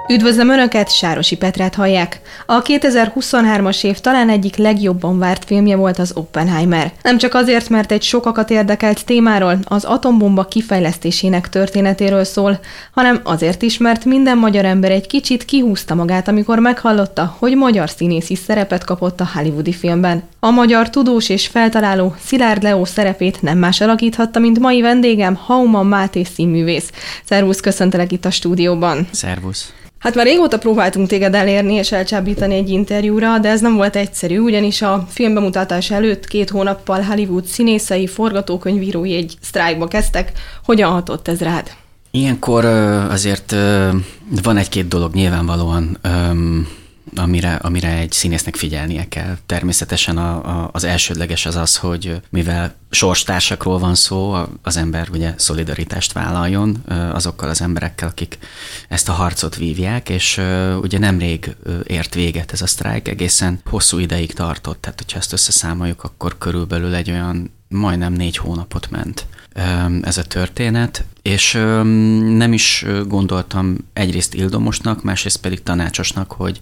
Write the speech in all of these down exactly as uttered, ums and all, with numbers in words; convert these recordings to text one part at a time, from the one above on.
Üdvözlöm Önöket, Sárosi Petrát hallják. A kétezer-huszonhármas év talán egyik legjobban várt filmje volt az Oppenheimer. Nem csak azért, mert egy sokakat érdekelt témáról, az atombomba kifejlesztésének történetéről szól, hanem azért is, mert minden magyar ember egy kicsit kihúzta magát, amikor meghallotta, hogy magyar színész is szerepet kapott a hollywoodi filmben. A magyar tudós és feltaláló Szilárd Leó szerepét nem más alakíthatta, mint mai vendégem, Hauman Máté színművész. Szervusz, köszöntelek itt a stúdióban. Szervusz. Hát már régóta próbáltunk téged elérni és elcsábítani egy interjúra, de ez nem volt egyszerű, ugyanis a film bemutatás előtt két hónappal Hollywood színészei, forgatókönyvírói egy sztrájkba kezdtek. Hogyan hatott ez rád? Ilyenkor azért van egy-két dolog nyilvánvalóan, amire, amire egy színésznek figyelnie kell. Természetesen a, a, az elsődleges az az, hogy mivel sorstársakról van szó, az ember ugye szolidaritást vállaljon azokkal az emberekkel, akik ezt a harcot vívják, és ugye nemrég ért véget ez a sztrájk, egészen hosszú ideig tartott, tehát hogyha ezt összeszámoljuk, akkor körülbelül egy olyan majdnem négy hónapot ment ez a történet, és nem is gondoltam egyrészt ildomosnak, másrészt pedig tanácsosnak, hogy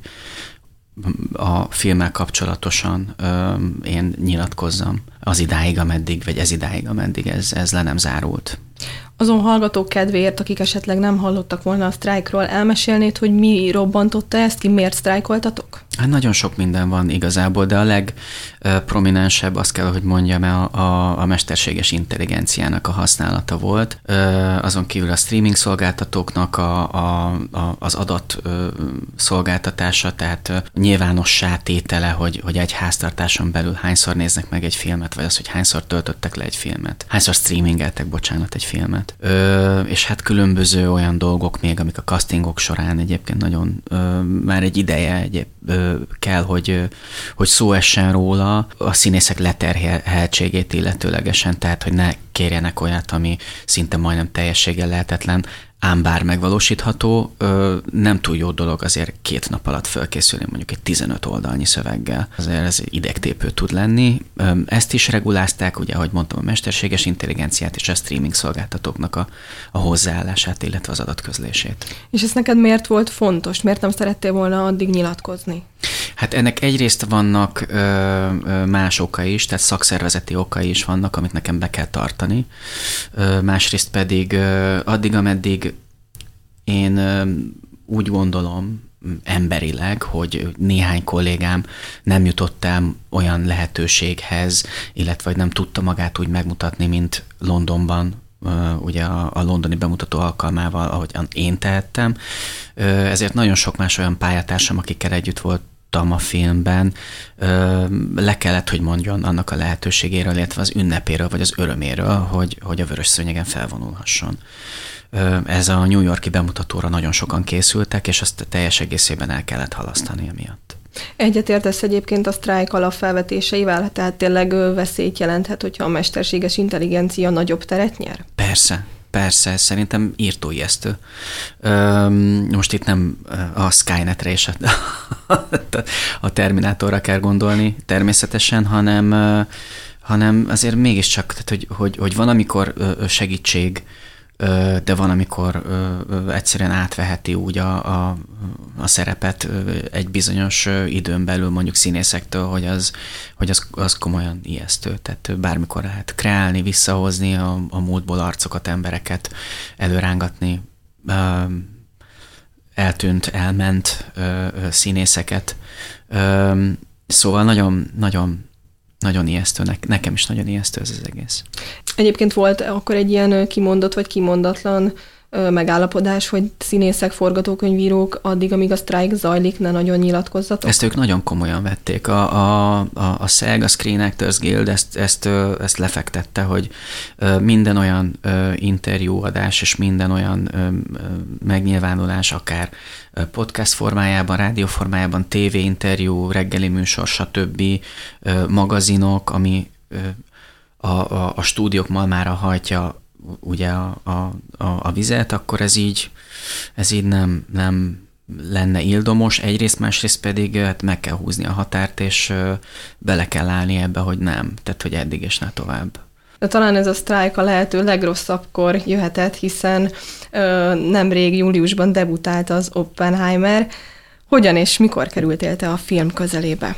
a filmmel kapcsolatosan én nyilatkozzam az idáig, ameddig, vagy ez idáig, ameddig ez, ez le nem zárult. Azon hallgatók kedvéért, akik esetleg nem hallottak volna a sztrájkról, elmesélnéd, hogy mi robbantotta ezt ki, miért sztrájkoltatok? Hát nagyon sok minden van igazából, de a legprominensebb, azt kell, hogy mondjam, a, a, a mesterséges intelligenciának a használata volt. Azon kívül a streaming szolgáltatóknak a, a, a, az adat szolgáltatása, tehát nyilvánossá tétele, hogy, hogy egy háztartáson belül hányszor néznek meg egy filmet, vagy az, hogy hányszor töltöttek le egy filmet, hányszor streamingeltek, bocsánat, egy filmet. Ö, és hát különböző olyan dolgok még, amik a castingok során egyébként nagyon ö, már egy ideje egyéb, ö, kell, hogy, hogy szó essen róla, a színészek leterheltségét illetőlegesen, tehát hogy ne kérjenek olyat, ami szinte majdnem teljességgel lehetetlen, ám bár megvalósítható, nem túl jó dolog azért két nap alatt felkészülni mondjuk egy tizenöt oldalnyi szöveggel. Azért ez idegtépő tud lenni. Ezt is regulázták, ugye, ahogy mondtam, a mesterséges intelligenciát és a streaming szolgáltatóknak a, a hozzáállását, illetve az adatközlését. És ez neked miért volt fontos? Miért nem szerettél volna addig nyilatkozni? Hát ennek egyrészt vannak ö, ö, más okai is, tehát szakszervezeti okai is vannak, amit nekem be kell tartani. Ö, másrészt pedig ö, addig, ameddig én ö, úgy gondolom emberileg, hogy néhány kollégám nem jutott el olyan lehetőséghez, illetve hogy nem tudta magát úgy megmutatni, mint Londonban, ugye a, a londoni bemutató alkalmával, ahogyan én tehettem. Ezért nagyon sok más olyan pályatársam, akikkel együtt volt a filmben, le kellett, hogy mondjon annak a lehetőségéről, illetve az ünnepéről, vagy az öröméről, hogy, hogy a vörös szőnyegen felvonulhasson. Ez a New York-i bemutatóra nagyon sokan készültek, és azt teljes egészében el kellett halasztani emiatt. Egyetértesz egyébként a sztrájk alapfelvetéseivel, tehát tényleg veszélyt jelenthet, hogyha a mesterséges intelligencia nagyobb teret nyer? Persze. Persze, szerintem írtóijesztő. Most itt nem a Skynetre és a, a Terminátorra kell gondolni természetesen, hanem, hanem azért mégiscsak, tehát, hogy, hogy, hogy van, amikor segítség, de van, amikor egyszerűen átveheti úgy a, a, a szerepet egy bizonyos időn belül mondjuk színészektől, hogy az, hogy az, az komolyan ijesztő. Tehát bármikor lehet kreálni, visszahozni a, a múltból arcokat, embereket, előrángatni, eltűnt, elment színészeket. Szóval nagyon, nagyon Nagyon ijesztő, nekem is nagyon ijesztő ez az egész. Egyébként volt akkor egy ilyen kimondott vagy kimondatlan megállapodás, hogy színészek, forgatókönyvírók addig, amíg a sztrájk zajlik, ne nagyon nyilatkozzatok? Ezt ők nagyon komolyan vették. A, a, a, a SAG, a Screen Actors Guild ezt, ezt, ezt lefektette, hogy minden olyan interjúadás és minden olyan megnyilvánulás, akár podcast formájában, rádió formájában, tévéinterjú, reggeli műsor, stb. Magazinok, ami a, a, a stúdiók malmára hajtja ugye a, a, a, a vizet, akkor ez így, ez így nem, nem lenne ildomos, egyrészt, másrészt pedig hát meg kell húzni a határt, és bele kell állni ebbe, hogy nem, tehát hogy eddig és ne tovább. de talán ez a sztrájk a lehető legrosszabbkor jöhetett, hiszen ö, nemrég júliusban debütált az Oppenheimer. Hogyan és mikor kerültél te a film közelébe?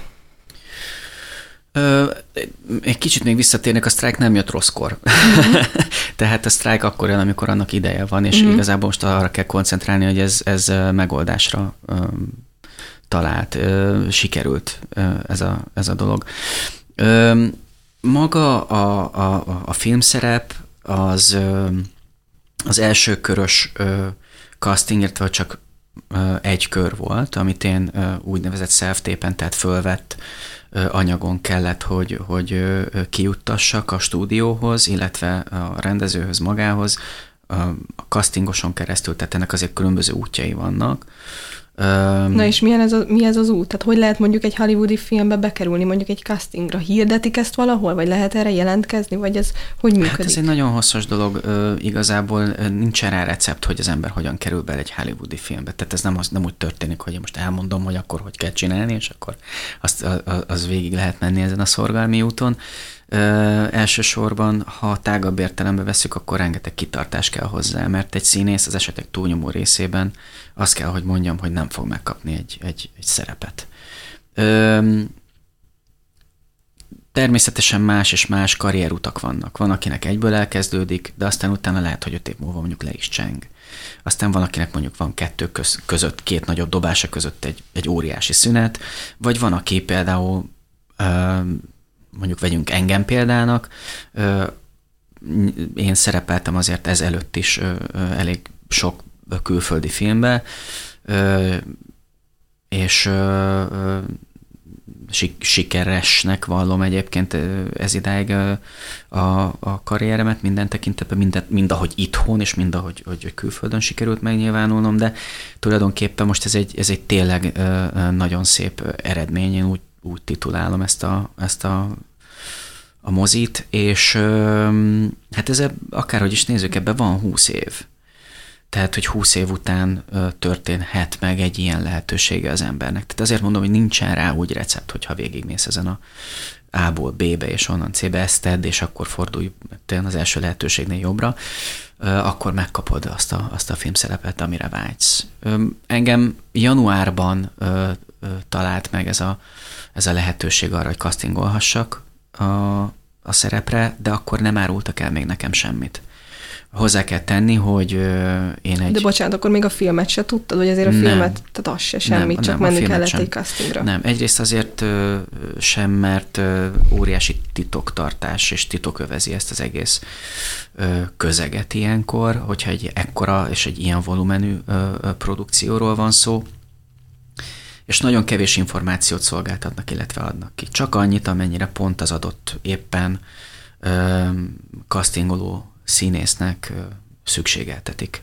Ö, egy kicsit még visszatérnek, a sztrájk nem jött rosszkor. Mm. Tehát a sztrájk akkor jön, amikor annak ideje van, és mm. igazából most arra kell koncentrálni, hogy ez, ez megoldásra ö, talált, ö, sikerült ö, ez, a, ez a dolog. Ö, maga a, a, a filmszerep az, ö, az első körös ö, casting, illetve csak ö, egy kör volt, amit én ö, úgynevezett self-tapen, tehát fölvett anyagon kellett, hogy, hogy kijuttassak a stúdióhoz, illetve a rendezőhöz magához, a castingoson keresztül, tehát ennek azért különböző útjai vannak. Na és milyen ez a, mi ez az út? Tehát hogy lehet mondjuk egy hollywoodi filmbe bekerülni, mondjuk egy castingra? Hirdetik ezt valahol, vagy lehet erre jelentkezni, vagy ez hogy működik? Hát ez egy nagyon hosszas dolog, igazából nincs rá recept, hogy az ember hogyan kerül bele egy hollywoodi filmbe. Tehát ez nem, az, nem úgy történik, hogy én most elmondom, hogy akkor hogy kell csinálni, és akkor azt, az végig lehet menni ezen a szorgalmi úton. Ö, elsősorban, ha tágabb értelembe veszük, akkor rengeteg kitartás kell hozzá, mert egy színész az esetek túlnyomó részében azt kell, hogy mondjam, hogy nem fog megkapni egy, egy, egy szerepet. Ö, természetesen más és más karrierutak vannak. Van, akinek egyből elkezdődik, de aztán utána lehet, hogy öt év múlva mondjuk le is cseng. Aztán van, akinek mondjuk van kettő köz, között, két nagyobb dobása között egy, egy óriási szünet, vagy van, aki például ö, mondjuk vegyünk engem példának, én szerepeltem azért ezelőtt is elég sok külföldi filmbe, és sikeresnek vallom egyébként ez idáig a, a karrieremet minden tekintetben, mind, mind ahogy itthon, és mind ahogy hogy külföldön sikerült megnyilvánulnom, de tulajdonképpen most ez egy, ez egy tényleg nagyon szép eredmény, én úgy úgy titulálom ezt a, ezt a, a mozit, és hát ez akárhogy is nézzük, ebben van húsz év. Tehát, hogy húsz év után történhet meg egy ilyen lehetősége az embernek. Tehát azért mondom, hogy nincsen rá úgy recept, hogyha végigmész ezen a A-ból B-be, és onnan C-be ezt tedd, és akkor fordulj az első lehetőségnél jobbra, akkor megkapod azt a, azt a filmszerepet, amire vágysz. Engem januárban talált meg ez a ez a lehetőség arra, hogy castingolhassak a, a szerepre, de akkor nem árultak el még nekem semmit. Hozzá kell tenni, hogy én egy... De bocsánat, akkor még a filmet se tudtad, hogy azért a filmet, nem, tehát az se semmit, nem, csak nem, menni kellett sem. Egy castingra. Nem, egyrészt azért sem, mert óriási titoktartás és titok övezi ezt az egész közeget ilyenkor, hogyha egy ekkora és egy ilyen volumenű produkcióról van szó, és nagyon kevés információt szolgáltatnak, illetve adnak ki. Csak annyit, amennyire pont az adott éppen ö, castingoló színésznek ö, szükségeltetik.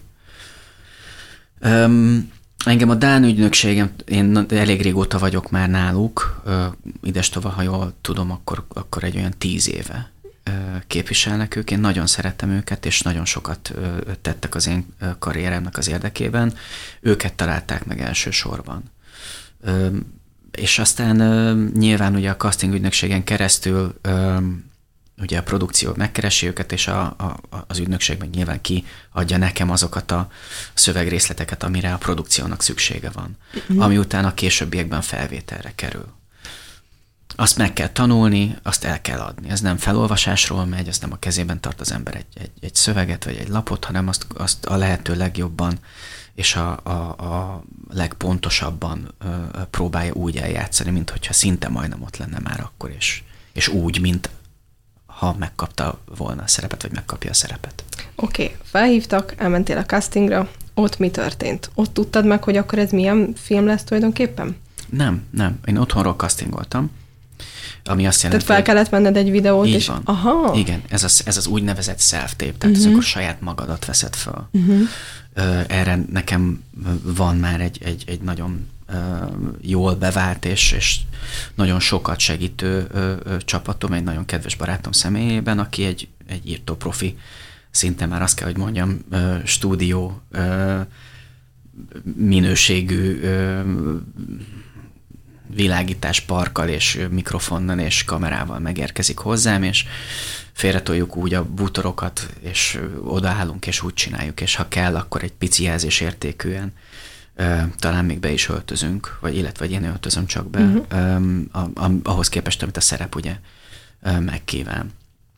Ö, engem a Dán ügynökségem, én elég régóta vagyok már náluk, ö, idestova, ha jól tudom, akkor, akkor egy olyan tíz éve ö, képviselnek ők. Én nagyon szerettem őket, és nagyon sokat ö, tettek az én karrieremnek az érdekében. Őket találták meg elsősorban. Ö, és aztán ö, nyilván ugye a casting ügynökségen keresztül ö, ugye a produkció megkeresi őket, és a, a, az ügynökség meg nyilván kiadja nekem azokat a szövegrészleteket, amire a produkciónak szüksége van, uh-huh. ami utána a későbbiekben felvételre kerül. Azt meg kell tanulni, azt el kell adni. Ez nem felolvasásról megy, az nem a kezében tart az ember egy, egy, egy szöveget vagy egy lapot, hanem azt, azt a lehető legjobban és a, a, a legpontosabban ö, próbálja úgy eljátszani, mint hogyha szinte majdnem ott lenne már akkor, és, és úgy, mint ha megkapta volna a szerepet, vagy megkapja a szerepet. Oké, okay. Felhívtak, elmentél a castingra, ott mi történt? Ott tudtad meg, hogy akkor ez milyen film lesz tulajdonképpen? Nem, nem. Én otthonról castingoltam, ami azt jelenti, tehát fel kellett menned egy videót, így és... van. Aha. Igen, ez az, ez az úgynevezett self-tape, tehát uh-huh. akkor saját magadat veszed fel. Uh-huh. Erre nekem van már egy, egy, egy nagyon jól bevált és, és nagyon sokat segítő csapatom, egy nagyon kedves barátom személyében, aki egy, egy írtó profi, szinte már azt kell, hogy mondjam, stúdió minőségű világítás parkkal és mikrofonnal és kamerával megérkezik hozzám, és félretoljuk úgy a bútorokat, és odaállunk, és úgy csináljuk, és ha kell, akkor egy pici jelzés értékűen talán még be is öltözünk, vagy illetve én öltözöm csak be, uh-huh. ahhoz képest, amit a szerep ugye megkíván.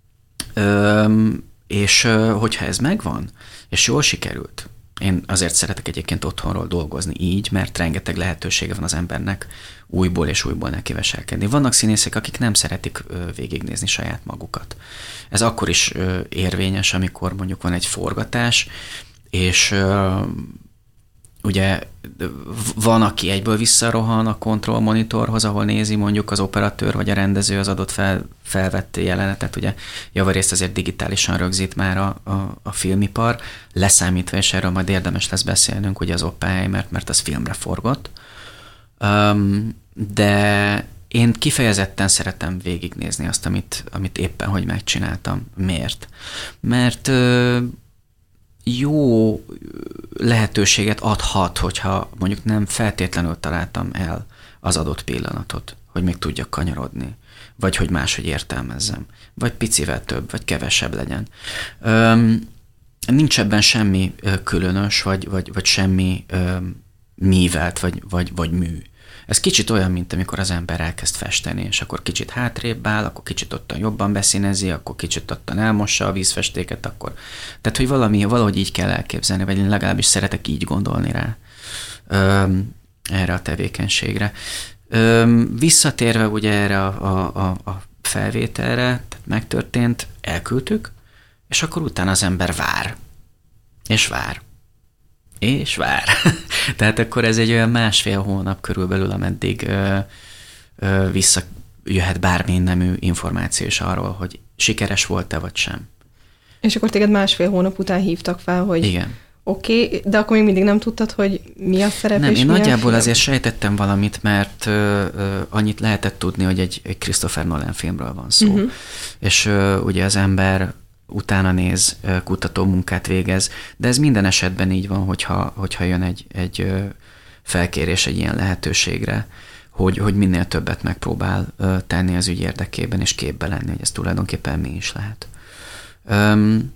És hogyha ez megvan, és jól sikerült, én azért szeretek egyébként otthonról dolgozni így, mert rengeteg lehetősége van az embernek újból és újból nekiveselkedni. Vannak színészek, akik nem szeretik végignézni saját magukat. Ez akkor is érvényes, amikor mondjuk van egy forgatás, és ugye van, aki egyből visszarohan a kontrollmonitorhoz, ahol nézi mondjuk az operatőr vagy a rendező az adott fel, felvett jelenetet. Ugye javarészt azért digitálisan rögzít már a, a, a filmipar, leszámítva, és erről majd érdemes lesz beszélnünk, ugye az Oppenheimert, mert az filmre forgott. Um, de én kifejezetten szeretem végignézni azt, amit, amit éppen hogy megcsináltam. Miért? Mert jó lehetőséget adhat, hogyha mondjuk nem feltétlenül találtam el az adott pillanatot, hogy még tudjak kanyarodni, vagy hogy máshogy értelmezzem, vagy picivel több, vagy kevesebb legyen. Öm, nincs ebben semmi különös, vagy, vagy, vagy semmi öm, művelt, vagy, vagy, vagy mű. Ez kicsit olyan, mint amikor az ember elkezd festeni, és akkor kicsit hátrébb áll, akkor kicsit ottan jobban beszínezi, akkor kicsit ottan elmossa a vízfestéket, akkor... Tehát, hogy valami, valahogy így kell elképzelni, vagy én legalábbis szeretek így gondolni rá öm, erre a tevékenységre. Öm, visszatérve ugye erre a, a, a felvételre, tehát megtörtént, elküldtük, és akkor utána az ember vár. És vár. És vár. Tehát akkor ez egy olyan másfél hónap körülbelül, ameddig ö, ö, visszajöhet bármi nemű információ is arról, hogy sikeres volt-e vagy sem. És akkor téged másfél hónap után hívtak fel, hogy igen. Oké, okay, de akkor még mindig nem tudtad, hogy mi a szerep nem, és én mi nagyjából azért sejtettem valamit, mert ö, ö, annyit lehetett tudni, hogy egy, egy Christopher Nolan filmről van szó. Uh-huh. És ö, ugye az ember utána néz, kutató munkát végez, de ez minden esetben így van, hogyha, hogyha jön egy, egy felkérés egy ilyen lehetőségre, hogy, hogy minél többet megpróbál tenni az ügy érdekében, és képbe lenni, hogy ez tulajdonképpen mi is lehet. Um,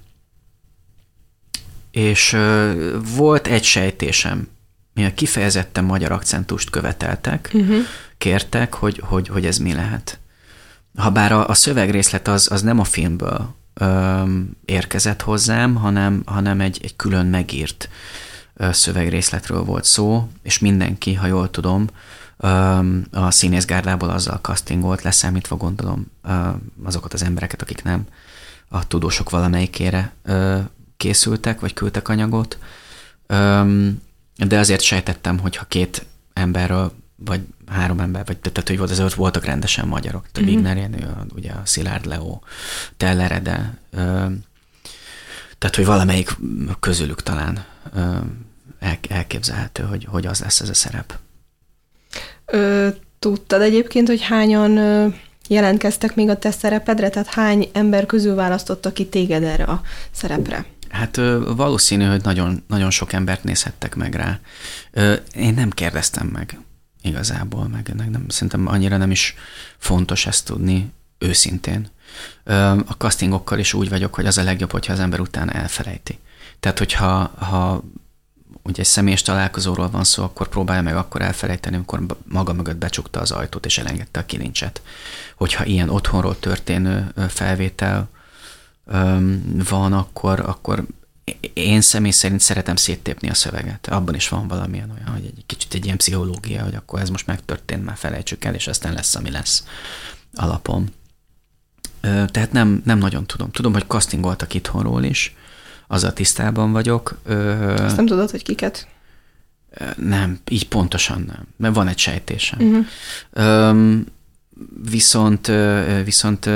és uh, volt egy sejtésem, mivel kifejezetten magyar akcentust követeltek, uh-huh. kértek, hogy, hogy, hogy ez mi lehet. Habár a, a szövegrészlet az, az nem a filmből érkezett hozzám, hanem, hanem egy, egy külön megírt szövegrészletről volt szó, és mindenki, ha jól tudom, a színészgárdából azzal castingolt, leszámítva gondolom azokat az embereket, akik nem a tudósok valamelyikére készültek, vagy küldtek anyagot. De azért sejtettem, hogy ha két emberről, vagy három ember, vagy tehát, hogy volt, azért voltak rendesen magyarok. Mm-hmm. Wigner Jenő, ugye a Szilárd Leó, Teller Ede, tehát, hogy valamelyik közülük talán elképzelhető, hogy, hogy az lesz ez a szerep. Ö, tudtad egyébként, hogy hányan jelentkeztek még a te szerepedre? Tehát hány ember közül választottak ki téged erre a szerepre? Hát valószínű, hogy nagyon, nagyon sok embert nézhettek meg rá. Én nem kérdeztem meg igazából, meg nem, szerintem annyira nem is fontos ezt tudni őszintén. A castingokkal is úgy vagyok, hogy az a legjobb, hogyha az ember utána elfelejti. Tehát, hogyha ha ugye egy személyes találkozóról van szó, akkor próbálja meg akkor elfelejteni, amikor maga mögött becsukta az ajtót és elengedte a kilincset. Hogyha ilyen otthonról történő felvétel van, akkor, akkor én személy szerint szeretem széttépni a szöveget. Abban is van valamilyen olyan, hogy egy kicsit egy ilyen pszichológia, hogy akkor ez most megtörtént, már felejtsük el, és aztán lesz, ami lesz alapom. Tehát nem, nem nagyon tudom. Tudom, hogy castingoltak itthonról is, azzal tisztában vagyok. Azt nem tudod, hogy kiket? Nem, így pontosan nem. Mert van egy sejtésem. Uh-huh. Viszont, viszont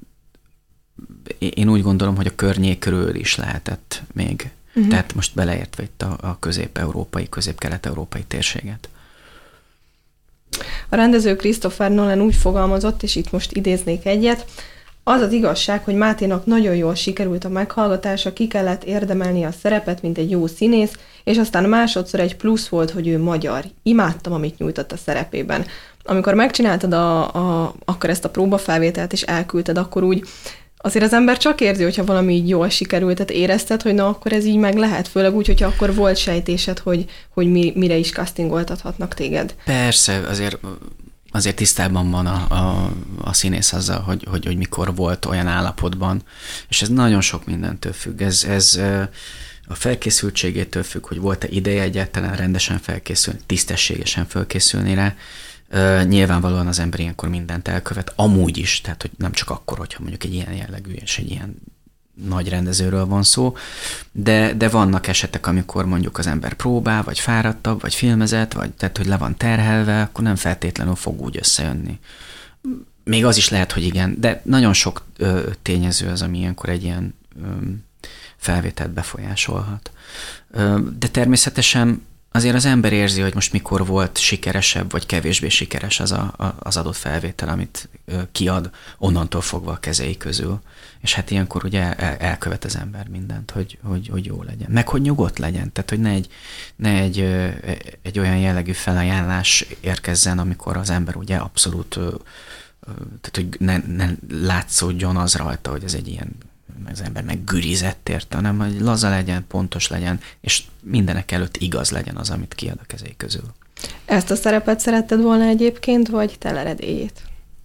én úgy gondolom, hogy a környékről is lehetett még. Uh-huh. Tehát most beleértve itt a, a közép-európai, közép-kelet-európai térséget. A rendező Christopher Nolan úgy fogalmazott, és itt most idéznék egyet, Az az igazság, hogy Máténak nagyon jól sikerült a meghallgatása, ki kellett érdemelni a szerepet, mint egy jó színész, és aztán másodszor egy plusz volt, hogy ő magyar. Imádtam, amit nyújtott a szerepében. Amikor megcsináltad a, a, akkor ezt a próbafelvételt, és elküldted, akkor úgy azért az ember csak érzi, hogyha valami így jól sikerült, tehát érezted, hogy na, akkor ez így meg lehet, főleg úgy, hogyha akkor volt sejtésed, hogy, hogy mi, mire is castingoltathatnak téged. Persze, azért, azért tisztában van a, a, a színész azzal, hogy, hogy, hogy mikor volt olyan állapotban, és ez nagyon sok mindentől függ. Ez, ez a felkészültségétől függ, hogy volt-e ideje egyáltalán rendesen felkészülni, tisztességesen felkészülni rá. Uh, nyilvánvalóan az ember ilyenkor mindent elkövet, amúgy is, tehát hogy nem csak akkor, hogyha mondjuk egy ilyen jellegű és egy ilyen nagy rendezőről van szó, de, de vannak esetek, amikor mondjuk az ember próbál, vagy fáradtabb, vagy filmezett, vagy tehát, hogy le van terhelve, akkor nem feltétlenül fog úgy összejönni. Még az is lehet, hogy igen, de nagyon sok ö, tényező az, ami ilyenkor egy ilyen ö, felvételt befolyásolhat. Ö, de természetesen azért az ember érzi, hogy most mikor volt sikeresebb, vagy kevésbé sikeres az a, a, az adott felvétel, amit ö, kiad, onnantól fogva a kezei közül. És hát ilyenkor ugye el, elkövet az ember mindent, hogy, hogy, hogy jó legyen. Meg hogy nyugodt legyen, tehát hogy ne egy, ne egy, ö, egy olyan jellegű felajánlás érkezzen, amikor az ember ugye abszolút, ö, ö, tehát hogy ne, ne látszódjon az rajta, hogy ez egy ilyen, az ember meg gürizett érte, hanem hogy laza legyen, pontos legyen, és mindenek előtt igaz legyen az, amit kiad a kezei közül. Ezt a szerepet szeretted volna egyébként, vagy teleredélyét?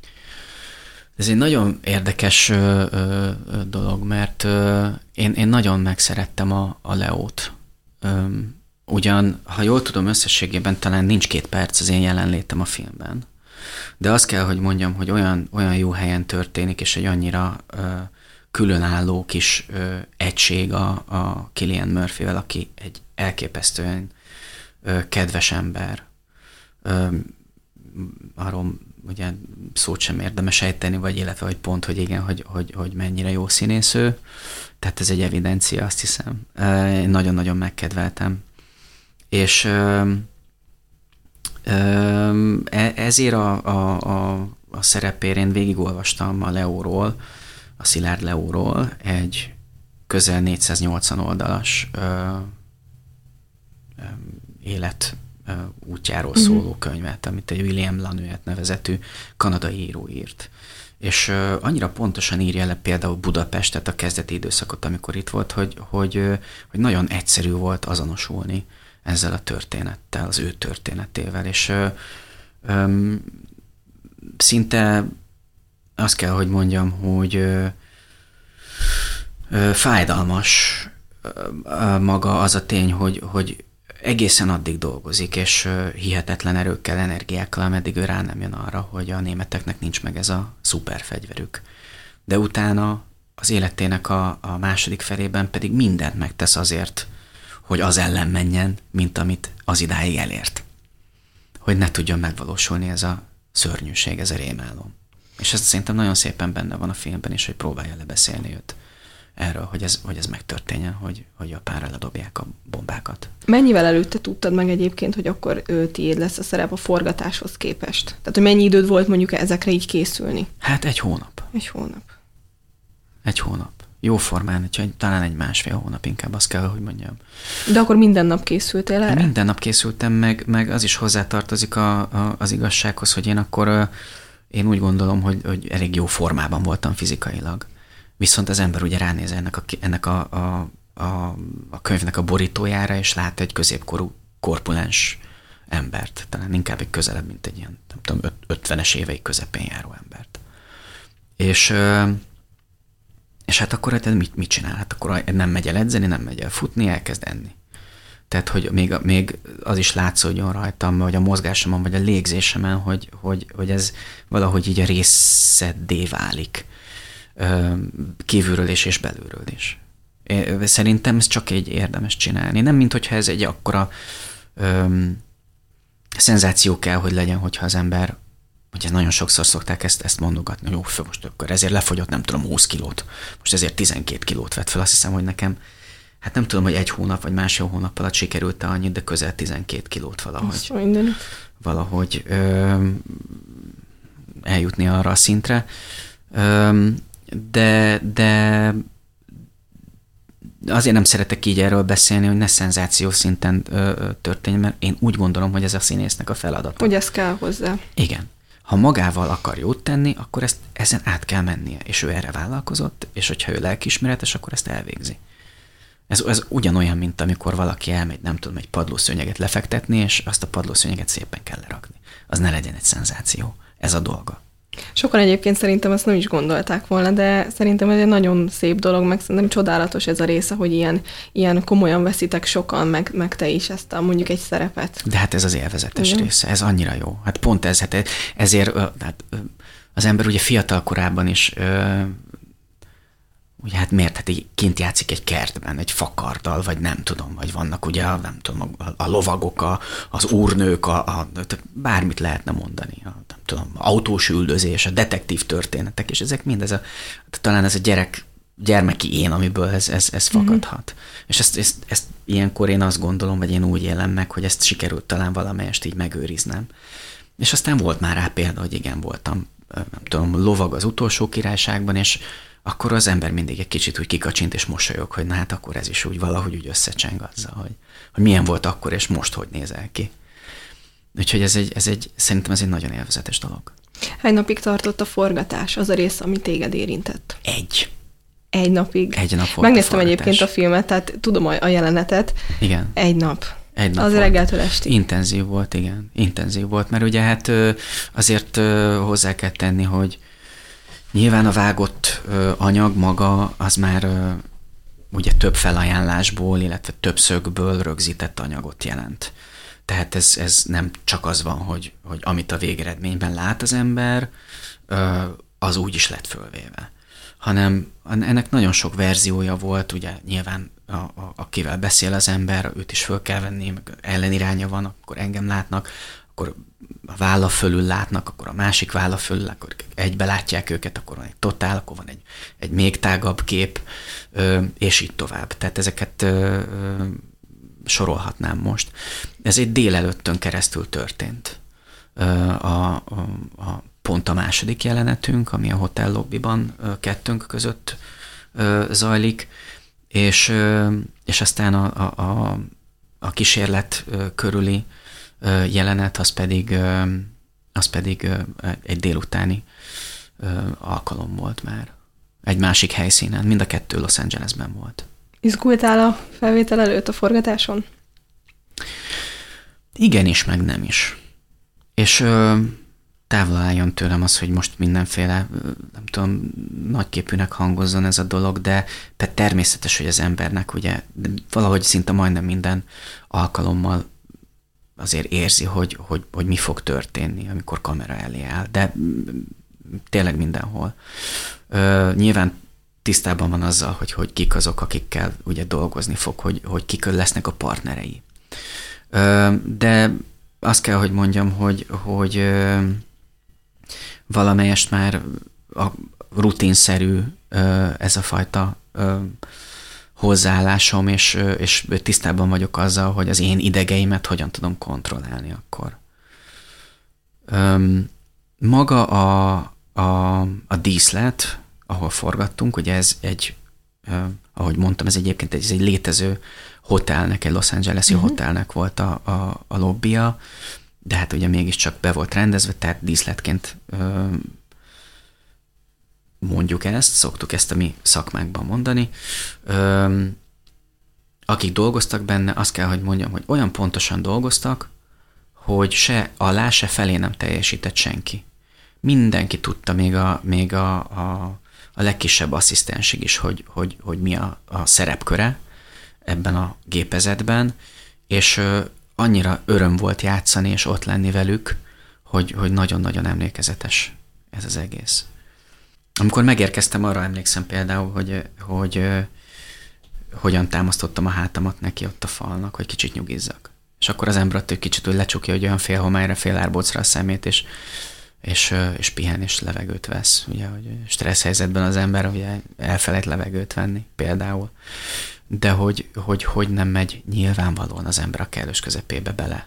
Ez egy nagyon érdekes ö, ö, dolog, mert ö, én, én nagyon megszerettem a, a Leót. Ö, ugyan, ha jól tudom, összességében talán nincs két perc az én jelenlétem a filmben, de azt kell, hogy mondjam, hogy olyan, olyan jó helyen történik, és egy annyira ö, különálló kis ö, egység a, a Cillian Murphyvel, aki egy elképesztően ö, kedves ember. Ö, arról ugye szót sem érdemes ejteni, vagy illetve, hogy pont, hogy igen, hogy, hogy, hogy mennyire jó színész ő. Tehát ez egy evidencia, azt hiszem. Én nagyon-nagyon megkedveltem. És ö, ö, ezért a, a, a, a szerepére én végigolvastam a Leóról, a Szilárd Leóról egy közel négyszáznyolcvan oldalas ö, ö, élet ö, útjáról uh-huh. szóló könyvet, amit egy William Lanois nevezetű kanadai író írt. És ö, annyira pontosan írja le például Budapestet, a kezdeti időszakot, amikor itt volt, hogy, hogy, ö, hogy nagyon egyszerű volt azonosulni ezzel a történettel, az ő történetével. És ö, ö, szinte azt kell, hogy mondjam, hogy ö, ö, fájdalmas ö, maga az a tény, hogy, hogy egészen addig dolgozik, és ö, hihetetlen erőkkel, energiákkal, ameddig ő rá nem jön arra, hogy a németeknek nincs meg ez a szuperfegyverük. De utána az életének a, a második felében pedig mindent megtesz azért, hogy az ellen menjen, mint amit az idáig elért. Hogy ne tudjon megvalósulni ez a szörnyűség, ez a rémálom. És ez szerintem nagyon szépen benne van a filmben is, hogy próbálja lebeszélni őt erről, hogy ez, hogy ez megtörténjen, hogy, hogy Japánra ledobják a bombákat. Mennyivel előtte tudtad meg egyébként, hogy akkor ő tiéd lesz a szerep a forgatáshoz képest? Tehát, hogy mennyi időd volt mondjuk ezekre így készülni? Hát egy hónap. Egy hónap. Egy hónap. Jó formán, talán egy másfél hónap inkább, azt kell, hogy mondjam. De akkor minden nap készültél erre? Minden nap készültem, meg, meg az is hozzátartozik a, a, az igazsághoz, hogy én akkor én úgy gondolom, hogy, hogy elég jó formában voltam fizikailag. Viszont az ember ugye ránéz ennek a, ennek a, a, a, a könyvnek a borítójára, és lát egy középkorú, korpulens embert. Talán inkább egy közelebb, mint egy ilyen, nem tudom, ötvenes évei közepén járó embert. És, és hát akkor hát mit, mit csinál? Hát akkor nem megy el edzeni, nem megy el futni, elkezd enni. Tehát, hogy még, még az is látszódjon rajtam, vagy a mozgásomon, vagy a légzésemen, hogy, hogy, hogy ez valahogy így a részeddé válik. Kívülről is és belülről is. Szerintem ez csak egy érdemes csinálni. Nem, mint hogyha ez egy akkora öm, szenzáció kell, hogy legyen, hogyha az ember, ugye nagyon sokszor szokták ezt, ezt mondogatni, jó, most akkor ezért lefogyott, nem tudom, húsz kilót. Most ezért tizenkét kilót vett fel. Azt hiszem, hogy nekem, hát nem tudom, hogy egy hónap vagy másfél hónap alatt sikerült-e annyit, de közel tizenkét kilót valahogy. valahogy öm, eljutni arra a szintre. Öm, de, de azért nem szeretek így erről beszélni, hogy ne szenzáció szinten ö, történjen, mert én úgy gondolom, hogy ez a színésznek a feladata. Hogy ez kell hozzá. Igen. Ha magával akar jót tenni, akkor ezt ezen át kell mennie, és ő erre vállalkozott, és hogyha ő lelkiismeretes, akkor ezt elvégzi. Ez, ez ugyanolyan, mint amikor valaki elmegy, nem tudom, egy padlószőnyeget lefektetni, és azt a padlószőnyeget szépen kell lerakni. Az ne legyen egy szenzáció. Ez a dolga. Sokan egyébként szerintem ezt nem is gondolták volna, de szerintem ez egy nagyon szép dolog, meg szerintem csodálatos ez a része, hogy ilyen, ilyen komolyan veszitek sokan, meg, meg te is ezt a mondjuk egy szerepet. De hát ez az élvezetes Igen. része, ez annyira jó. Hát pont ez, hát ezért hát az ember ugye fiatal korában is ugye hát miért? Hát így kint játszik egy kertben, egy fakarddal, vagy nem tudom, vagy vannak ugye, nem tudom, a, a lovagok, a, az úrnők, a, a, bármit lehetne mondani, a, nem tudom, autós üldözés, a detektív történetek, és ezek mind, ez a, talán ez a gyerek, gyermeki én, amiből ez, ez, ez fakadhat. Mm-hmm. És ezt, ezt, ezt ilyenkor én azt gondolom, vagy én úgy élem meg, hogy ezt sikerült talán valamelyest így megőriznem. És aztán volt már rá példa, hogy igen, voltam, nem tudom, lovag az utolsó királyságban, és akkor az ember mindig egy kicsit úgy kikacsint és mosolyog, hogy na hát akkor ez is úgy valahogy úgy összecseng azzal, hogy, hogy milyen volt akkor, és most hogy nézel ki. Úgyhogy ez egy, ez egy, szerintem ez egy nagyon élvezetes dolog. Hány napig tartott a forgatás, az a rész, ami téged érintett? Egy. Egy napig? Egy nap volt. Megnéztem a egyébként a filmet, tehát tudom a, a jelenetet. Igen. Egy nap. Egy nap az reggeltől estig. Intenzív volt, igen. Intenzív volt, mert ugye hát azért hozzá kell tenni, hogy nyilván a vágott anyag maga az már ugye több felajánlásból, illetve több szögből rögzített anyagot jelent. Tehát ez, ez nem csak az van, hogy, hogy amit a végeredményben lát az ember, az úgy is lett fölvéve. Hanem ennek nagyon sok verziója volt, ugye nyilván a, a, akivel beszél az ember, őt is föl kell venni, meg elleniránya van, akkor engem látnak, akkor a válla fölül látnak, akkor a másik válla fölül, akkor egybe látják őket, akkor van egy totál, akkor van egy, egy még tágabb kép, és így tovább. Tehát ezeket sorolhatnám most. Ez egy délelőttön keresztül történt. A, a, a, pont a második jelenetünk, ami a hotel lobbyban kettőnk között zajlik, és, és aztán a, a, a, a kísérlet körüli jelenet, az pedig, az pedig egy délutáni alkalom volt már. Egy másik helyszínen, mind a kettő Los Angelesben volt. Izgultál a felvétel előtt a forgatáson? Igen is, meg nem is. És ö, távol álljon tőlem az, hogy most mindenféle, nem tudom, nagyképűnek hangozzon ez a dolog, de, de természetes, hogy az embernek ugye valahogy szinte majdnem minden alkalommal azért érzi, hogy, hogy, hogy mi fog történni, amikor kamera elé áll, de tényleg mindenhol. Ö, nyilván tisztában van azzal, hogy, hogy kik azok, akikkel ugye dolgozni fog, hogy, hogy kik lesznek a partnerei. Ö, de azt kell, hogy mondjam, hogy, hogy ö, valamelyest már a rutinszerű ö, ez a fajta ö, hozzáállásom, és, és tisztában vagyok azzal, hogy az én idegeimet hogyan tudom kontrollálni akkor. Öm, maga a, a, a díszlet, ahol forgattunk, ugye ez egy, ö, ahogy mondtam, ez egyébként egy, ez egy létező hotelnek, egy Los Angeles-i uh-huh. hotelnek volt a, a, a lobbija, de hát ugye mégiscsak be volt rendezve, tehát díszletként ö, mondjuk ezt, szoktuk ezt a mi szakmánkban mondani. Öm, akik dolgoztak benne, azt kell, hogy mondjam, hogy olyan pontosan dolgoztak, hogy se alá, se felé nem teljesített senki. Mindenki tudta, még a, még a, a, a legkisebb asszisztensig is, hogy, hogy, hogy mi a, a szerepköre ebben a gépezetben, és ö, annyira öröm volt játszani, és ott lenni velük, hogy, hogy nagyon-nagyon emlékezetes ez az egész. Amikor megérkeztem, arra emlékszem például, hogy, hogy uh, hogyan támasztottam a hátamat neki ott a falnak, hogy kicsit nyugizzak. És akkor az ember attól kicsit úgy lecsukja, hogy olyan fél homályra, fél árbocra a szemét, és, és, uh, és pihen, és levegőt vesz. Ugye, hogy stressz helyzetben az ember ugye elfelejt levegőt venni például. De hogy, hogy, hogy nem megy nyilvánvalóan az ember a kellős közepébe bele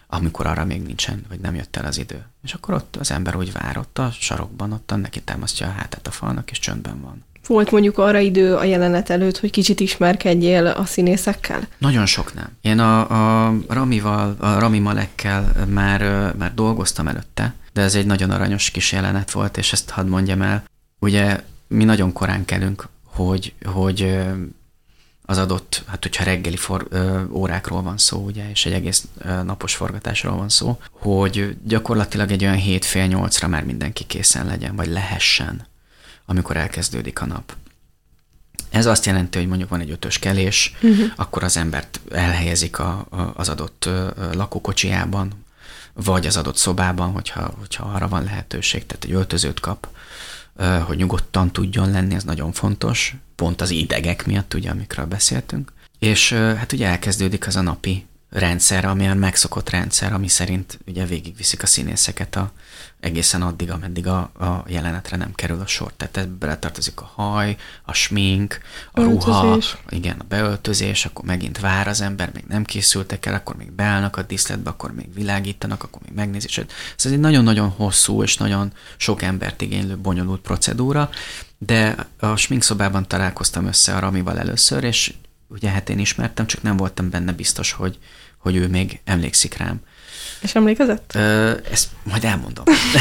amikor arra még nincsen, vagy nem jött el az idő. És akkor ott az ember úgy vár, ott a sarokban, ott neki támasztja a hátát a falnak, és csöndben van. Volt mondjuk arra idő a jelenet előtt, hogy kicsit ismerkedjél a színészekkel? Nagyon sok nem. Én a, a Ramival, a Rami Malekkel már, már dolgoztam előtte, de ez egy nagyon aranyos kis jelenet volt, és ezt hadd mondjam el. Ugye mi nagyon korán kelünk, hogy, hogy az adott, hát hogyha reggeli for, ö, órákról van szó, ugye, és egy egész ö, napos forgatásról van szó, hogy gyakorlatilag egy olyan hét fél nyolcra már mindenki készen legyen, vagy lehessen, amikor elkezdődik a nap. Ez azt jelenti, hogy mondjuk van egy ötös kelés, uh-huh. akkor az embert elhelyezik a, a, az adott ö, lakókocsiában, vagy az adott szobában, hogyha, hogyha arra van lehetőség, tehát egy öltözőt kap, hogy nyugodtan tudjon lenni, ez nagyon fontos, pont az idegek miatt, ugye, amikről beszéltünk. És hát ugye elkezdődik az a napi rendszer, amilyen megszokott rendszer, ami szerint ugye végigviszik a színészeket a, egészen addig, ameddig a, a jelenetre nem kerül a sor. Tehát ebbe beletartozik a haj, a smink, a öltözés. Ruha, igen, a beöltözés, akkor megint vár az ember, még nem készültek el, akkor még beállnak a díszletbe, akkor még világítanak, akkor még megnézik. Ez egy nagyon-nagyon hosszú és nagyon sok embert igénylő, bonyolult procedúra, de a sminkszobában találkoztam össze a Ramival először, és ugye hát én ismertem, csak nem voltam benne biztos, hogy, hogy ő még emlékszik rám. És emlékezett? Ö, ezt majd elmondom.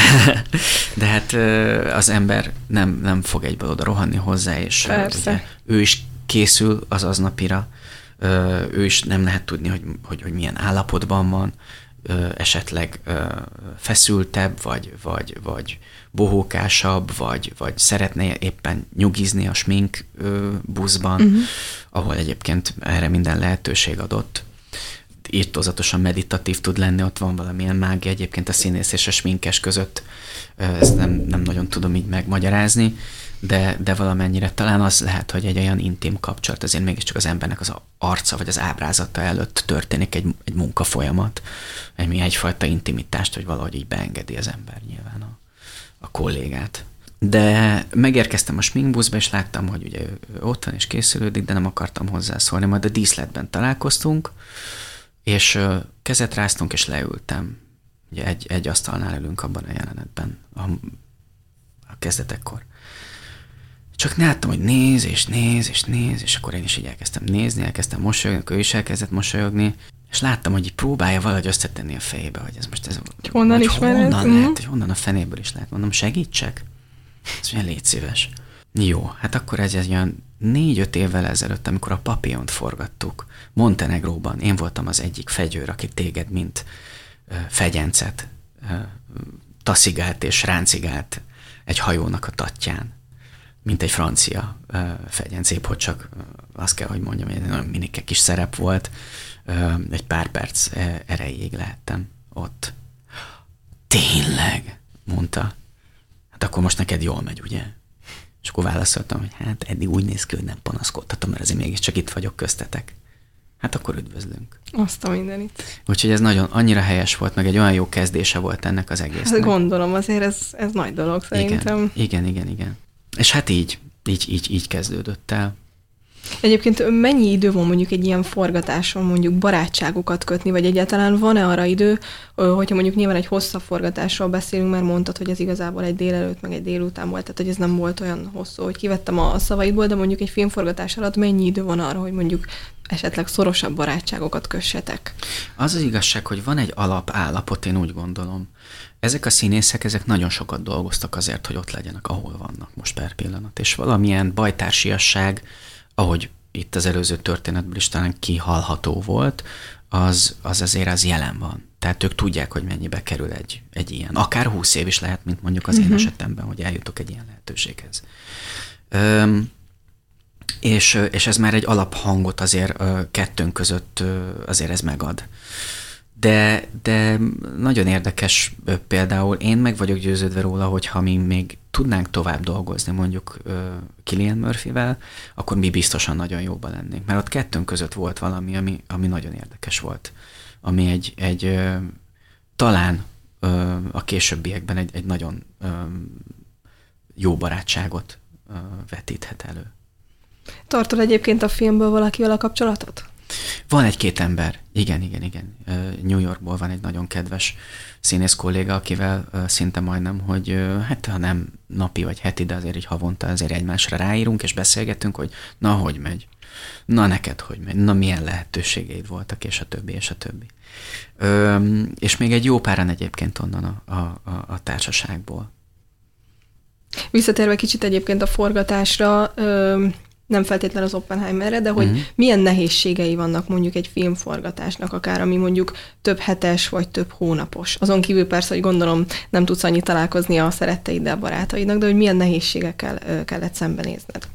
De hát ö, az ember nem, nem fog egyből oda rohanni hozzá, és ugye, ő is készül az aznapira, ö, ő is nem lehet tudni, hogy, hogy, hogy milyen állapotban van, ö, esetleg ö, feszültebb, vagy, vagy, vagy bohókásabb, vagy, vagy szeretné éppen nyugizni a smink ö, buszban, uh-huh. ahol egyébként erre minden lehetőség adott. Írtózatosan meditatív tud lenni, ott van valamilyen mágia egyébként a színész és a sminkes között. Ezt nem, nem nagyon tudom így megmagyarázni, de, de valamennyire talán az lehet, hogy egy olyan intim kapcsolat, azért mégiscsak az embernek az arca vagy az ábrázata előtt történik egy, egy munkafolyamat, ami egyfajta intimitást, hogy valahogy így beengedi az ember nyilván a, a kollégát. De megérkeztem a sminkbuszba, és láttam, hogy ugye ő ott van és készülődik, de nem akartam hozzászólni. Majd a díszletben találkoztunk, és kezet ráztunk, és leültem. Ugye egy, egy asztalnál ülünk abban a jelenetben, a, a kezdetekkor. Csak láttam, hogy néz, és néz, és néz, és akkor én is így elkezdtem nézni, elkezdtem mosolyogni, akkor ő is elkezdett mosolyogni, és láttam, hogy így próbálja valahogy összetenni a fejébe, hogy ez most ez... Honnan ismered? Honnan lehet, hogy honnan a fenéből is lehet. Mondom, segítsek? Ez olyan légy szíves. Jó, hát akkor ez egy olyan négy-öt évvel ezelőtt, amikor a Papillont forgattuk, Montenegróban, én voltam az egyik fegyőr, aki téged, mint uh, fegyencet uh, taszigált és ráncigált egy hajónak a tatján, mint egy francia uh, fegyenc, épp hogy csak uh, azt kell, hogy mondjam, hogy egy nagyon minike kis szerep volt, uh, egy pár perc uh, erejéig lehettem ott. Tényleg? Mondta. Hát akkor most neked jól megy, ugye? És akkor válaszoltam, hogy hát eddig úgy néz ki, hogy nem panaszkodhatom, mert azért mégiscsak itt vagyok köztetek. Hát akkor üdvözlünk. Azt a mindenit. Úgyhogy ez nagyon annyira helyes volt, meg egy olyan jó kezdése volt ennek az egésznek. Hát gondolom, azért ez, ez nagy dolog szerintem. Igen, igen, igen, igen. És hát így, így, így, így kezdődött el. Egyébként mennyi idő van mondjuk egy ilyen forgatáson mondjuk barátságokat kötni, vagy egyáltalán van-e arra idő, hogyha mondjuk nyilván egy hosszabb forgatásról beszélünk, mert mondtad, hogy ez igazából egy délelőtt, meg egy délután volt, tehát hogy ez nem volt olyan hosszú, hogy kivettem a szavaidból, de mondjuk egy filmforgatás alatt mennyi idő van arra, hogy mondjuk esetleg szorosabb barátságokat kössetek? Az az igazság, hogy van egy alapállapot, én úgy gondolom. Ezek a színészek, ezek nagyon sokat dolgoztak azért, hogy ott legyenek, ahol vannak most per pillanat, és valamilyen bajtársiasság, ahogy itt az előző történetből is talán kihallható volt, az, az azért az jelen van. Tehát ők tudják, hogy mennyibe kerül egy, egy ilyen. Akár húsz év is lehet, mint mondjuk az uh-huh. én esetemben, hogy eljutok egy ilyen lehetőséghez. Üm, és, és ez már egy alaphangot azért kettőnk között azért ez megad. De, de nagyon érdekes például, én meg vagyok győződve róla, hogy ha mi még tudnánk tovább dolgozni mondjuk uh, Cillian Murphyvel, akkor mi biztosan nagyon jóban lennénk. Mert ott kettőnk között volt valami, ami, ami nagyon érdekes volt. Ami egy, egy uh, talán uh, a későbbiekben egy, egy nagyon uh, jó barátságot uh, vetíthet elő. Tartod egyébként a filmből valakivel a kapcsolatot? Van egy-két ember, Igen, igen, igen. New Yorkból van egy nagyon kedves színész kolléga, akivel szinte majdnem, hogy hát ha nem napi vagy heti, de azért így havonta azért egymásra ráírunk, és beszélgetünk, hogy na, hogy megy? Na, neked hogy megy? Na, milyen lehetőségeid voltak, és a többi, és a többi. Ö, és még egy jó páran egyébként onnan a, a, a, a társaságból. Visszatérve kicsit egyébként a forgatásra, ö, nem feltétlenül az Oppenheimerre, de hogy uh-huh. milyen nehézségei vannak mondjuk egy filmforgatásnak, akár ami mondjuk több hetes vagy több hónapos. Azon kívül persze, hogy gondolom nem tudsz annyit találkozni a szeretteiddel, barátaidnak, de hogy milyen nehézségekkel ö, kellett szembenézned.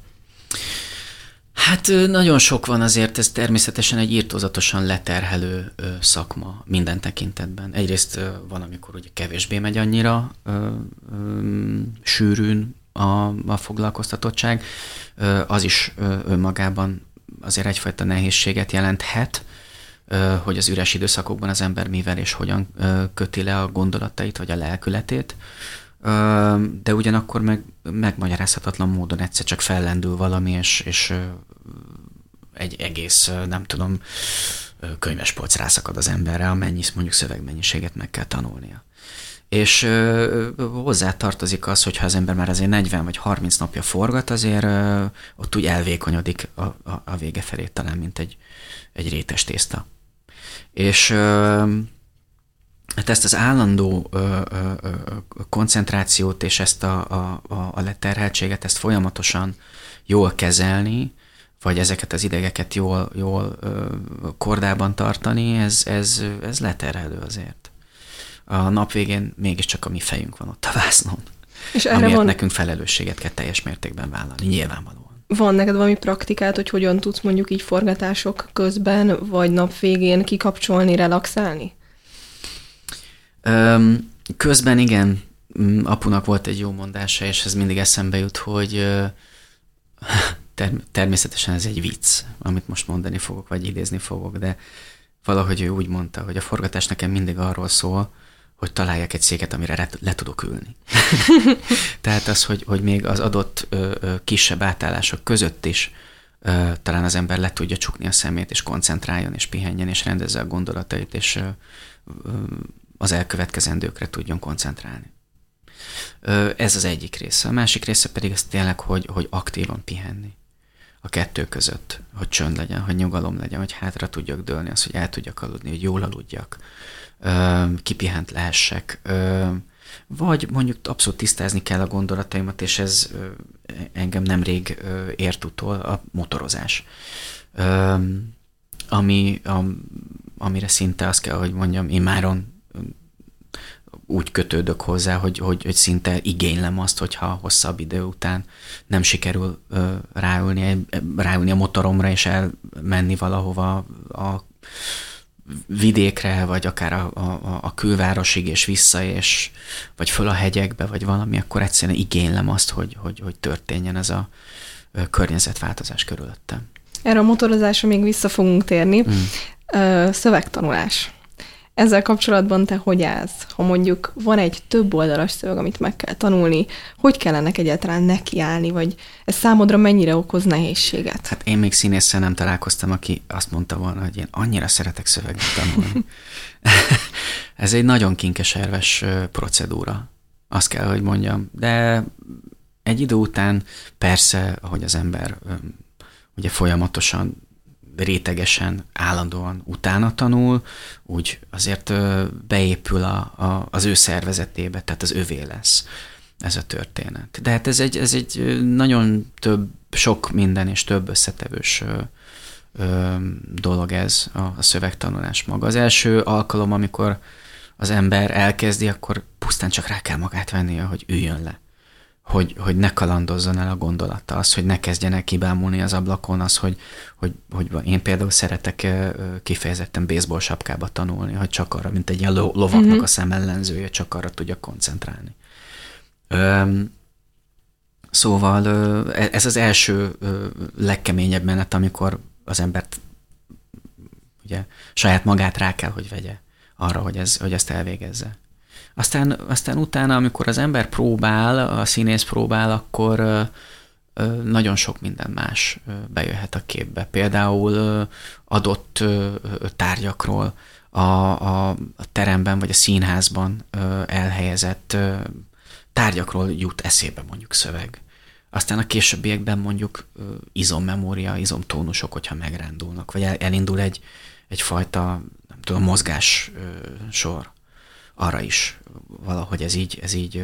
Hát nagyon sok van azért, ez természetesen egy irtózatosan leterhelő ö, szakma minden tekintetben. Egyrészt ö, van, amikor ugye kevésbé megy annyira ö, ö, sűrűn a, a foglalkoztatottság, ö, az is ö, önmagában azért egyfajta nehézséget jelenthet, ö, hogy az üres időszakokban az ember mivel és hogyan ö, köti le a gondolatait vagy a lelkületét. De ugyanakkor meg megmagyarázhatatlan módon egyszer csak fellendül valami, és, és egy egész, nem tudom, könyvespolc rászakad az emberre, amennyi mondjuk szövegmennyiséget meg kell tanulnia. És hozzá tartozik az, hogyha az ember már azért negyven vagy harminc napja forgat, azért ott úgy elvékonyodik a, a, a vége felé talán, mint egy, egy rétes tészta. És hát ezt az állandó ö, ö, ö, koncentrációt és ezt a, a, a leterheltséget, ezt folyamatosan jól kezelni, vagy ezeket az idegeket jól, jól ö, kordában tartani, ez, ez, ez leterhelő azért. A nap végén mégiscsak a mi fejünk van ott a vásznon, és amiért van... nekünk felelősséget kell teljes mértékben vállalni, nyilvánvalóan. Van neked valami praktikát, hogy hogyan tudsz mondjuk így forgatások közben, vagy nap végén kikapcsolni, relaxálni? Közben igen, apunak volt egy jó mondása, és ez mindig eszembe jut, hogy természetesen ez egy vicc, amit most mondani fogok, vagy idézni fogok, de valahogy ő úgy mondta, hogy a forgatás nekem mindig arról szól, hogy találjak egy széket, amire le tudok ülni. Tehát az, hogy, hogy még az adott ö, ö, kisebb átállások között is ö, talán az ember le tudja csukni a szemét, és koncentráljon, és pihenjen, és rendezze a gondolatait, és ö, ö, az elkövetkezendőkre tudjon koncentrálni. Ö, ez az egyik része. A másik része pedig az tényleg, hogy, hogy aktívan pihenni a kettő között, hogy csönd legyen, hogy nyugalom legyen, hogy hátra tudjak dőlni, az, hogy el tudjak aludni, hogy jól aludjak, ö, kipihent lehessek, ö, vagy mondjuk abszolút tisztázni kell a gondolataimat, és ez ö, engem nemrég ö, ért utol, a motorozás. Ö, ami, a, amire szinte azt kell, hogy mondjam, imáron úgy kötődök hozzá, hogy, hogy, hogy szinte igénylem azt, hogyha hosszabb idő után nem sikerül ö, ráülni, ráülni a motoromra, és elmenni valahova a vidékre, vagy akár a, a, a külvárosig, és vissza, és, vagy föl a hegyekbe, vagy valami, akkor egyszerűen igénylem azt, hogy, hogy, hogy történjen ez a környezetváltozás körülöttem. Erre a motorozásra még vissza fogunk térni. Mm. Szövegtanulás. Ezzel kapcsolatban te hogy állsz? Ha mondjuk van egy több oldalas szöveg, amit meg kell tanulni, hogy kellene egyáltalán nekiállni, vagy ez számodra mennyire okoz nehézséget? Hát én még színésszel nem találkoztam, aki azt mondta volna, hogy én annyira szeretek szöveget tanulni. Ez egy nagyon kinkeserves procedúra, azt kell, hogy mondjam. De egy idő után persze, ahogy az ember ugye folyamatosan rétegesen, állandóan utána tanul, úgy azért beépül a, a, az ő szervezetébe, tehát az övé lesz ez a történet. De hát ez egy, ez egy nagyon több, sok minden és több összetevős ö, ö, dolog ez a, a szövegtanulás maga. Az első alkalom, amikor az ember elkezdi, akkor pusztán csak rá kell magát vennie, hogy üljön le. Hogy, hogy ne kalandozzon el a gondolata, az, hogy ne kezdjenek kibámulni az ablakon, az, hogy, hogy, hogy én például szeretek kifejezetten baseball sapkába tanulni, hogy csak arra, mint egy ilyen lovaknak mm-hmm. a szemellenzője, csak arra tudja koncentrálni. Öm, szóval ez az első legkeményebb menet, amikor az embert ugye saját magát rá kell, hogy vegye arra, hogy, ez, hogy ezt elvégezze. Aztán, aztán utána, amikor az ember próbál, a színész próbál, akkor ö, nagyon sok minden más bejöhet a képbe. Például adott tárgyakról, a, a, a teremben vagy a színházban elhelyezett tárgyakról jut eszébe mondjuk szöveg. Aztán a későbbiekben mondjuk izommemória, izomtónusok, hogyha megrándulnak, vagy elindul egy, egyfajta, nem tudom, mozgás sor. Arra is valahogy ez így, ez így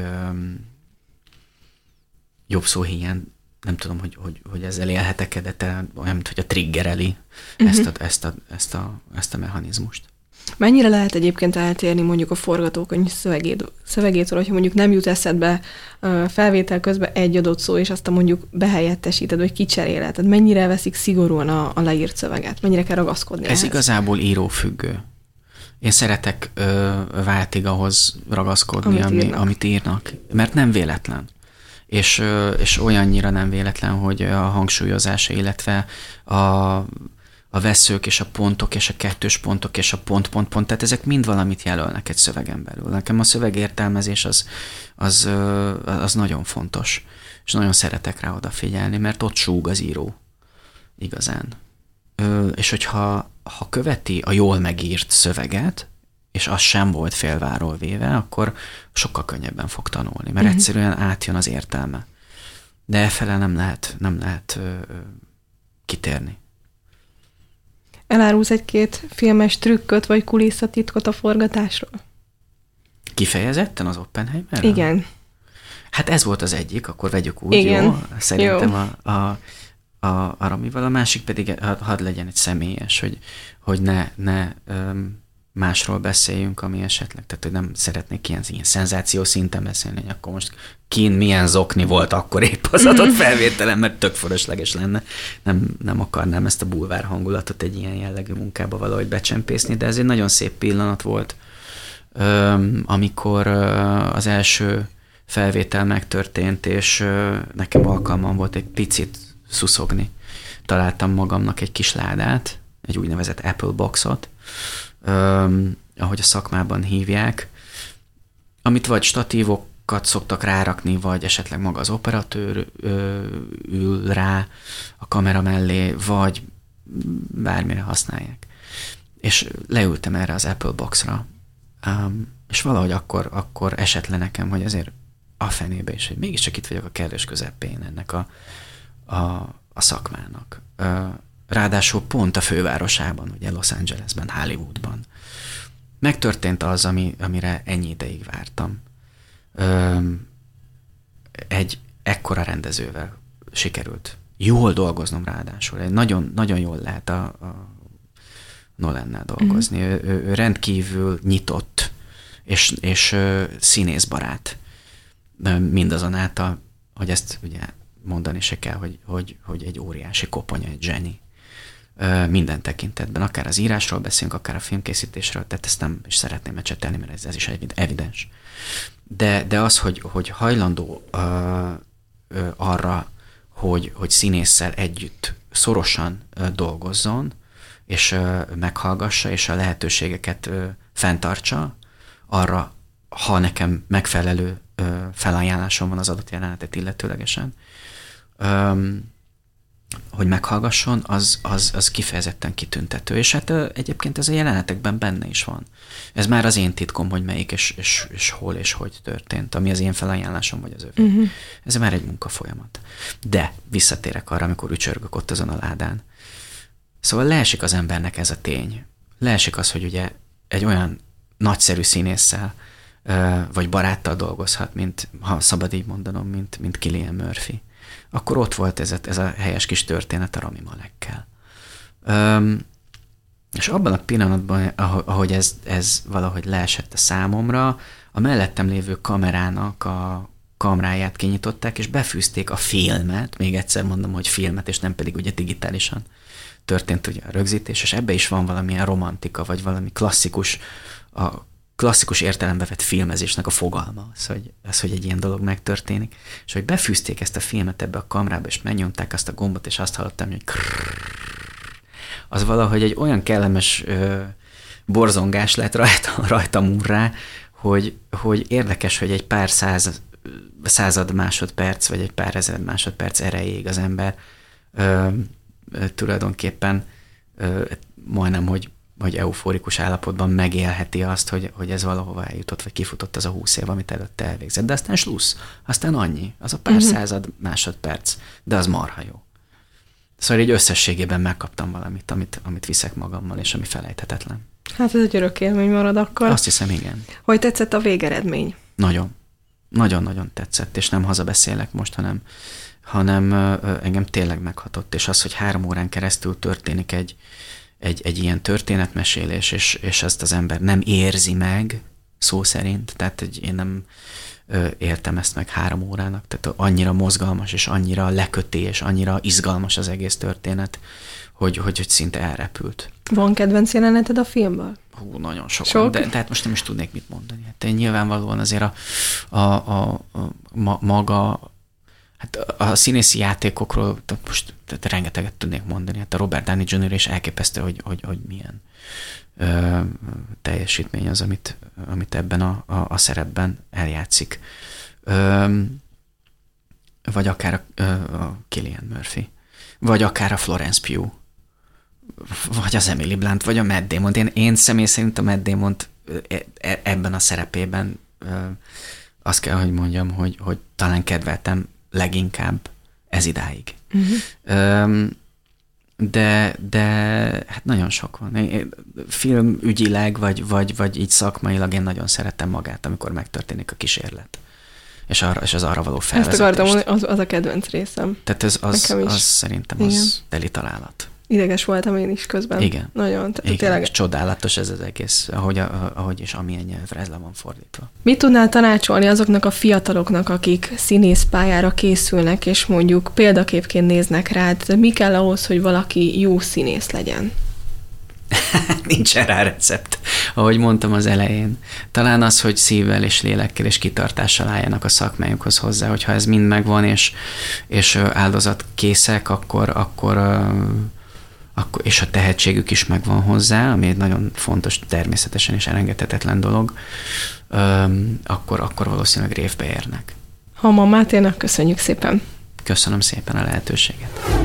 jobb szó hiány, nem tudom, hogy, hogy, hogy ezzel élhetek-e, de te olyan, mint hogy a triggereli uh-huh. ezt, a, ezt, a, ezt, a, ezt a mechanizmust. Mennyire lehet egyébként eltérni mondjuk a forgatókönyv szövegét, szövegétől, hogyha mondjuk nem jut eszedbe felvétel közben egy adott szó, és azt mondjuk behelyettesíted, vagy kicseréled? Tehát mennyire veszik szigorúan a, a leírt szöveget? Mennyire kell ragaszkodni Ez ehhez? Igazából írófüggő. Én szeretek ö, váltig ahhoz ragaszkodni, amit, ami, írnak. amit írnak, mert nem véletlen. És, ö, és olyannyira nem véletlen, hogy a hangsúlyozása, illetve a, a veszők és a pontok és a kettős pontok és a pont-pont-pont, tehát ezek mind valamit jelölnek egy szövegen belül. Nekem a szövegértelmezés az, az, az nagyon fontos, és nagyon szeretek rá odafigyelni, mert ott súg az író igazán. Ö, és hogyha ha követi a jól megírt szöveget, és az sem volt félváról véve, akkor sokkal könnyebben fog tanulni, mert uh-huh. egyszerűen átjön az értelme. De efele nem lehet, nem lehet ö, ö, kitérni. Elárulsz egy-két filmes trükköt, vagy kulisszatitkot a forgatásról? Kifejezetten az Oppenheimerről? Igen. Hát ez volt az egyik, akkor vegyük úgy, Igen. jó? Szerintem jó. a, a A, a Ramival, a másik pedig hadd legyen egy személyes, hogy, hogy ne, ne um, másról beszéljünk, ami esetleg, tehát hogy nem szeretnék ilyen, ilyen szenzáció szinten beszélni, hogy akkor most kin milyen zokni volt akkor épp az adott felvételen, mert tök fölösleges lenne. Nem, nem akarnám ezt a bulvár hangulatot egy ilyen jellegű munkába valahogy becsempészni, de ez egy nagyon szép pillanat volt, um, amikor uh, az első felvétel megtörtént, és uh, nekem alkalmam volt egy picit szuszogni. Találtam magamnak egy kis ládát, egy úgynevezett Apple Boxot, öm, ahogy a szakmában hívják, amit vagy statívokat szoktak rárakni, vagy esetleg maga az operatőr ö, ül rá a kamera mellé, vagy bármire használják. És leültem erre az Apple Boxra, öm, és valahogy akkor, akkor esett le nekem, hogy azért a fenébe is, hogy mégiscsak itt vagyok a kellős közepén ennek a A, a szakmának. Ráadásul pont a fővárosában, ugye Los Angelesben, Hollywoodban. Megtörtént az, ami, amire ennyi ideig vártam. Egy ekkora rendezővel sikerült jól dolgoznom ráadásul. Nagyon, nagyon jól lehet a, a Nolannál dolgozni. Mm-hmm. Ő, ő rendkívül nyitott és, és színészbarát. Mindazonáltal, hogy ezt ugye mondani se kell, hogy, hogy, hogy egy óriási koponya, egy zseni. Minden tekintetben, akár az írásról beszélünk, akár a filmkészítésről, tehát ezt nem is szeretném ecsetelni, mert ez, ez is evidens. De, de az, hogy, hogy hajlandó uh, uh, arra, hogy, hogy színésszel együtt szorosan uh, dolgozzon, és uh, meghallgassa, és a lehetőségeket uh, fenntartsa, arra, ha nekem megfelelő uh, felajánlásom van az adott jelenetet illetőlegesen, um, hogy meghallgasson, az, az, az kifejezetten kitüntető. És hát uh, egyébként ez a jelenetekben benne is van. Ez már az én titkom, hogy melyik, és, és, és hol, és hogy történt, ami az én felajánlásom, vagy az övé. Uh-huh. Ez már egy munkafolyamat. De visszatérek arra, amikor ücsörgök ott azon a ládán. Szóval leesik az embernek ez a tény. Leesik az, hogy ugye egy olyan nagyszerű színésszel, uh, vagy baráttal dolgozhat, mint, ha szabad így mondanom, mint, mint Cillian Murphy. Akkor ott volt ez a, ez a helyes kis történet a Rami Malekkel. Um, és abban a pillanatban, ahogy ez, ez valahogy leesett a számomra, a mellettem lévő kamerának a kamráját kinyitották, és befűzték a filmet, még egyszer mondom, hogy filmet, és nem pedig ugye digitálisan történt ugye a rögzítés, és ebbe is van valamilyen romantika, vagy valami klasszikus, a klasszikus értelembe vett filmezésnek a fogalma, az, hogy, az, hogy egy ilyen dolog megtörténik. És hogy befűzték ezt a filmet ebbe a kamrába, és megnyomták azt a gombot, és azt hallottam, hogy az valahogy egy olyan kellemes ö, borzongás lett rajta, rajtam úrrá, hogy, hogy érdekes, hogy egy pár száz század másodperc, vagy egy pár ezer másodperc erejéig az ember ö, ö, tulajdonképpen ö, majdnem, hogy, hogy euforikus állapotban megélheti azt, hogy, hogy ez valahova eljutott, vagy kifutott az a húsz év, amit előtte elvégzett. De aztán slussz, aztán annyi, az a pár uh-huh. század másodperc, de az marha jó. Szóval így összességében megkaptam valamit, amit, amit viszek magammal, és ami felejthetetlen. Hát ez egy örök élmény marad akkor. Azt hiszem, igen. Hogy tetszett a végeredmény? Nagyon. Nagyon-nagyon tetszett, és nem hazabeszélek most, hanem, hanem ö, engem tényleg meghatott, és az, hogy három órán keresztül történik egy, egy, egy ilyen történetmesélés, és, és ezt az ember nem érzi meg, szó szerint, tehát hogy én nem ö, értem ezt meg három órának, tehát annyira mozgalmas, és annyira leköti, és annyira izgalmas az egész történet, hogy, hogy, hogy szinte elrepült. Van kedvenc jeleneted a filmből? Hú, nagyon sok. Sok? De, de hát most nem is tudnék mit mondani. Hát én nyilvánvalóan azért a, a, a, a maga, hát a színészi játékokról most tehát rengeteget tudnék mondani. Hát a Robert Downey junior is elképesztő, hogy, hogy, hogy milyen ö, teljesítmény az, amit, amit ebben a, a, a szerepben eljátszik. Ö, vagy akár a, a Cillian Murphy, vagy akár a Florence Pugh, vagy az Emily Blunt, vagy a Matt Damon. Én, én személy szerint a Matt Damont ebben a szerepében azt kell, hogy mondjam, hogy, hogy talán kedveltem leginkább ez idáig. Uh-huh. De, de hát nagyon sok van. Filmügyileg, vagy, vagy, vagy így szakmailag én nagyon szerettem magát, amikor megtörténik a kísérlet. És, arra, és az arra való felvezetést. Ezt akartam mondani, az, az a kedvenc részem. Tehát ez, az, az szerintem az igen. Teli találat. Ideges voltam én is közben. Igen. Nagyon. Igen. Tényleg... És csodálatos ez az egész, ahogy, ahogy és amilyen nyelvre ez le van fordítva. Mit tudnál tanácsolni azoknak a fiataloknak, akik színészpályára készülnek, és mondjuk példaképként néznek rád? Mi kell ahhoz, hogy valaki jó színész legyen? Nincsen rá recept, ahogy mondtam az elején. Talán az, hogy szívvel és lélekkel és kitartással álljanak a szakmájukhoz hozzá, hogyha ez mind megvan, és, és áldozatkészek, akkor, akkor, akkor, és a tehetségük is megvan hozzá, ami egy nagyon fontos, természetesen és elengedhetetlen dolog, akkor, akkor valószínűleg révbe érnek. Hamar Máténak köszönjük szépen. Köszönöm szépen a lehetőséget.